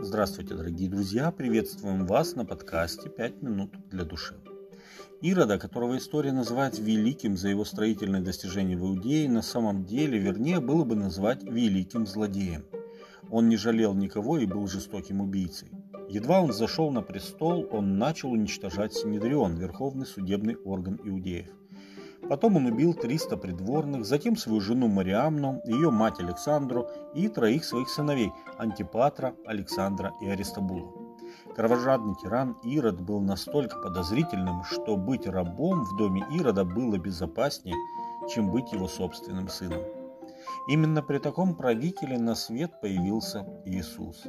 Здравствуйте, дорогие друзья! Приветствуем вас на подкасте «5 минут для души». Ирода, которого история называет великим за его строительные достижения в Иудее, на самом деле, вернее, было бы назвать великим злодеем. Он не жалел никого и был жестоким убийцей. Едва он зашел на престол, он начал уничтожать Синедрион, верховный судебный орган иудеев. Потом он убил 300 придворных, затем свою жену Мариамну, ее мать Александру и 3 своих сыновей Антипатра, Александра и Аристобула. Кровожадный тиран Ирод был настолько подозрительным, что быть рабом в доме Ирода было безопаснее, чем быть его собственным сыном. Именно при таком правителе на свет появился Иисус.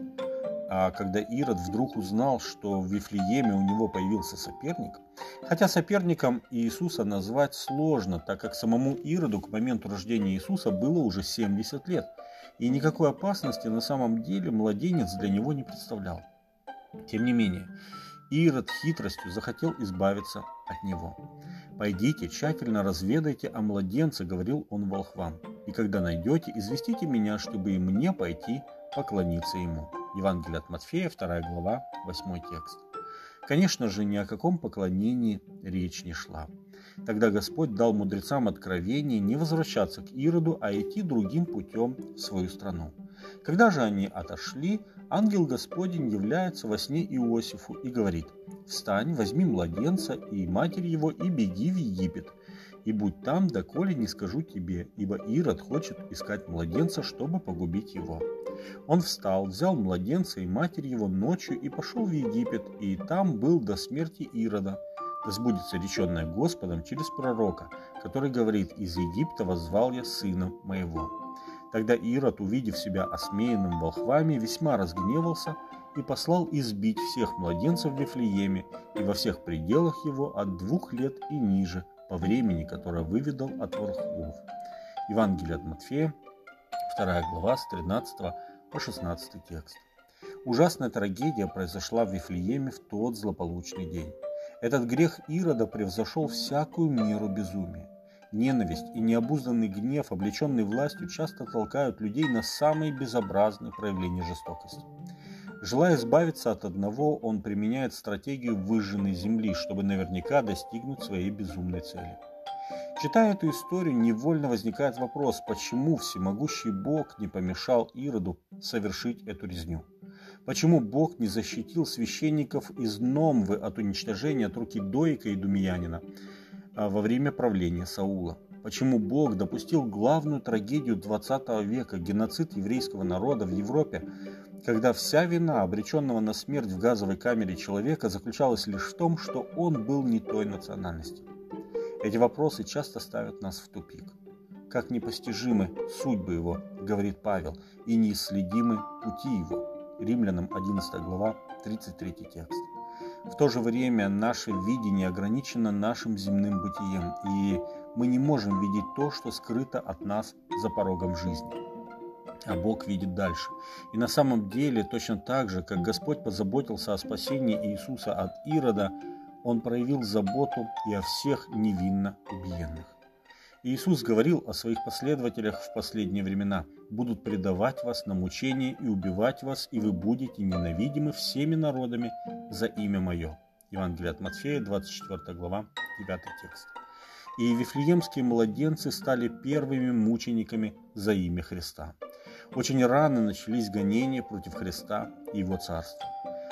А когда Ирод вдруг узнал, что в Вифлееме у него появился соперник, хотя соперником Иисуса назвать сложно, так как самому Ироду к моменту рождения Иисуса было уже 70 лет, и никакой опасности на самом деле младенец для него не представлял. Тем не менее, Ирод хитростью захотел избавиться от него. «Пойдите, тщательно разведайте о младенце», — говорил он волхвам, «и когда найдете, известите меня, чтобы и мне пойти поклониться ему». Евангелие от Матфея, 2 глава, 8 текст. Конечно же, ни о каком поклонении речь не шла. Тогда Господь дал мудрецам откровение не возвращаться к Ироду, а идти другим путем в свою страну. Когда же они отошли, ангел Господень является во сне Иосифу и говорит: «Встань, возьми младенца и матерь его и беги в Египет, и будь там, доколе не скажу тебе, ибо Ирод хочет искать младенца, чтобы погубить его». Он встал, взял младенца и матерь его ночью и пошел в Египет, и там был до смерти Ирода. Да сбудется реченное Господом через пророка, который говорит: «Из Египта воззвал я сына моего». Тогда Ирод, увидев себя осмеянным волхвами, весьма разгневался и послал избить всех младенцев в Вифлееме и во всех пределах его от 2 лет и ниже, по времени, которое выведал от волхвов. Евангелие от Матфея, 2 глава, с 13 по 16 текст. Ужасная трагедия произошла в Вифлееме в тот злополучный день. Этот грех Ирода превзошел всякую меру безумия. Ненависть и необузданный гнев, облеченный властью, часто толкают людей на самые безобразные проявления жестокости. Желая избавиться от одного, он применяет стратегию выжженной земли, чтобы наверняка достигнуть своей безумной цели. Читая эту историю, невольно возникает вопрос, почему всемогущий Бог не помешал Ироду совершить эту резню? Почему Бог не защитил священников из Номвы от уничтожения от руки Доика и Думиянина во время правления Саула? Почему Бог допустил главную трагедию 20 века, геноцид еврейского народа в Европе, когда вся вина обреченного на смерть в газовой камере человека заключалась лишь в том, что он был не той национальности? Эти вопросы часто ставят нас в тупик. Как непостижимы судьбы его, говорит Павел, и неисследимы пути его. Римлянам 11 глава, 33 текст. В то же время наше видение ограничено нашим земным бытием, и мы не можем видеть то, что скрыто от нас за порогом жизни. А Бог видит дальше. И на самом деле, точно так же, как Господь позаботился о спасении Иисуса от Ирода, Он проявил заботу и о всех невинно убиенных. Иисус говорил о своих последователях в последние времена: «Будут предавать вас на мучение и убивать вас, и вы будете ненавидимы всеми народами за имя Мое». Евангелие от Матфея, 24 глава, 9 текст. И вифлеемские младенцы стали первыми мучениками за имя Христа. Очень рано начались гонения против Христа и Его царства.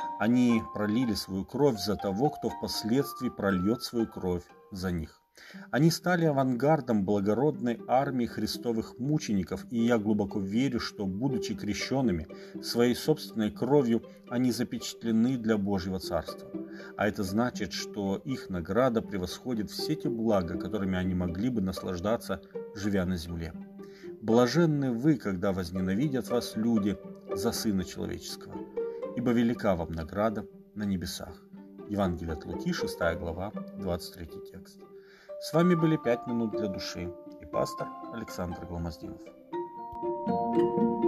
Они пролили свою кровь за того, кто впоследствии прольет свою кровь за них. Они стали авангардом благородной армии христовых мучеников, и я глубоко верю, что, будучи крещенными своей собственной кровью, они запечатлены для Божьего Царства. А это значит, что их награда превосходит все те блага, которыми они могли бы наслаждаться, живя на земле. Блаженны вы, когда возненавидят вас люди за Сына Человеческого, ибо велика вам награда на небесах. Евангелие от Луки, 6 глава, 23 текст. С вами были 5 минут для души и пастор Александр Гломоздинов.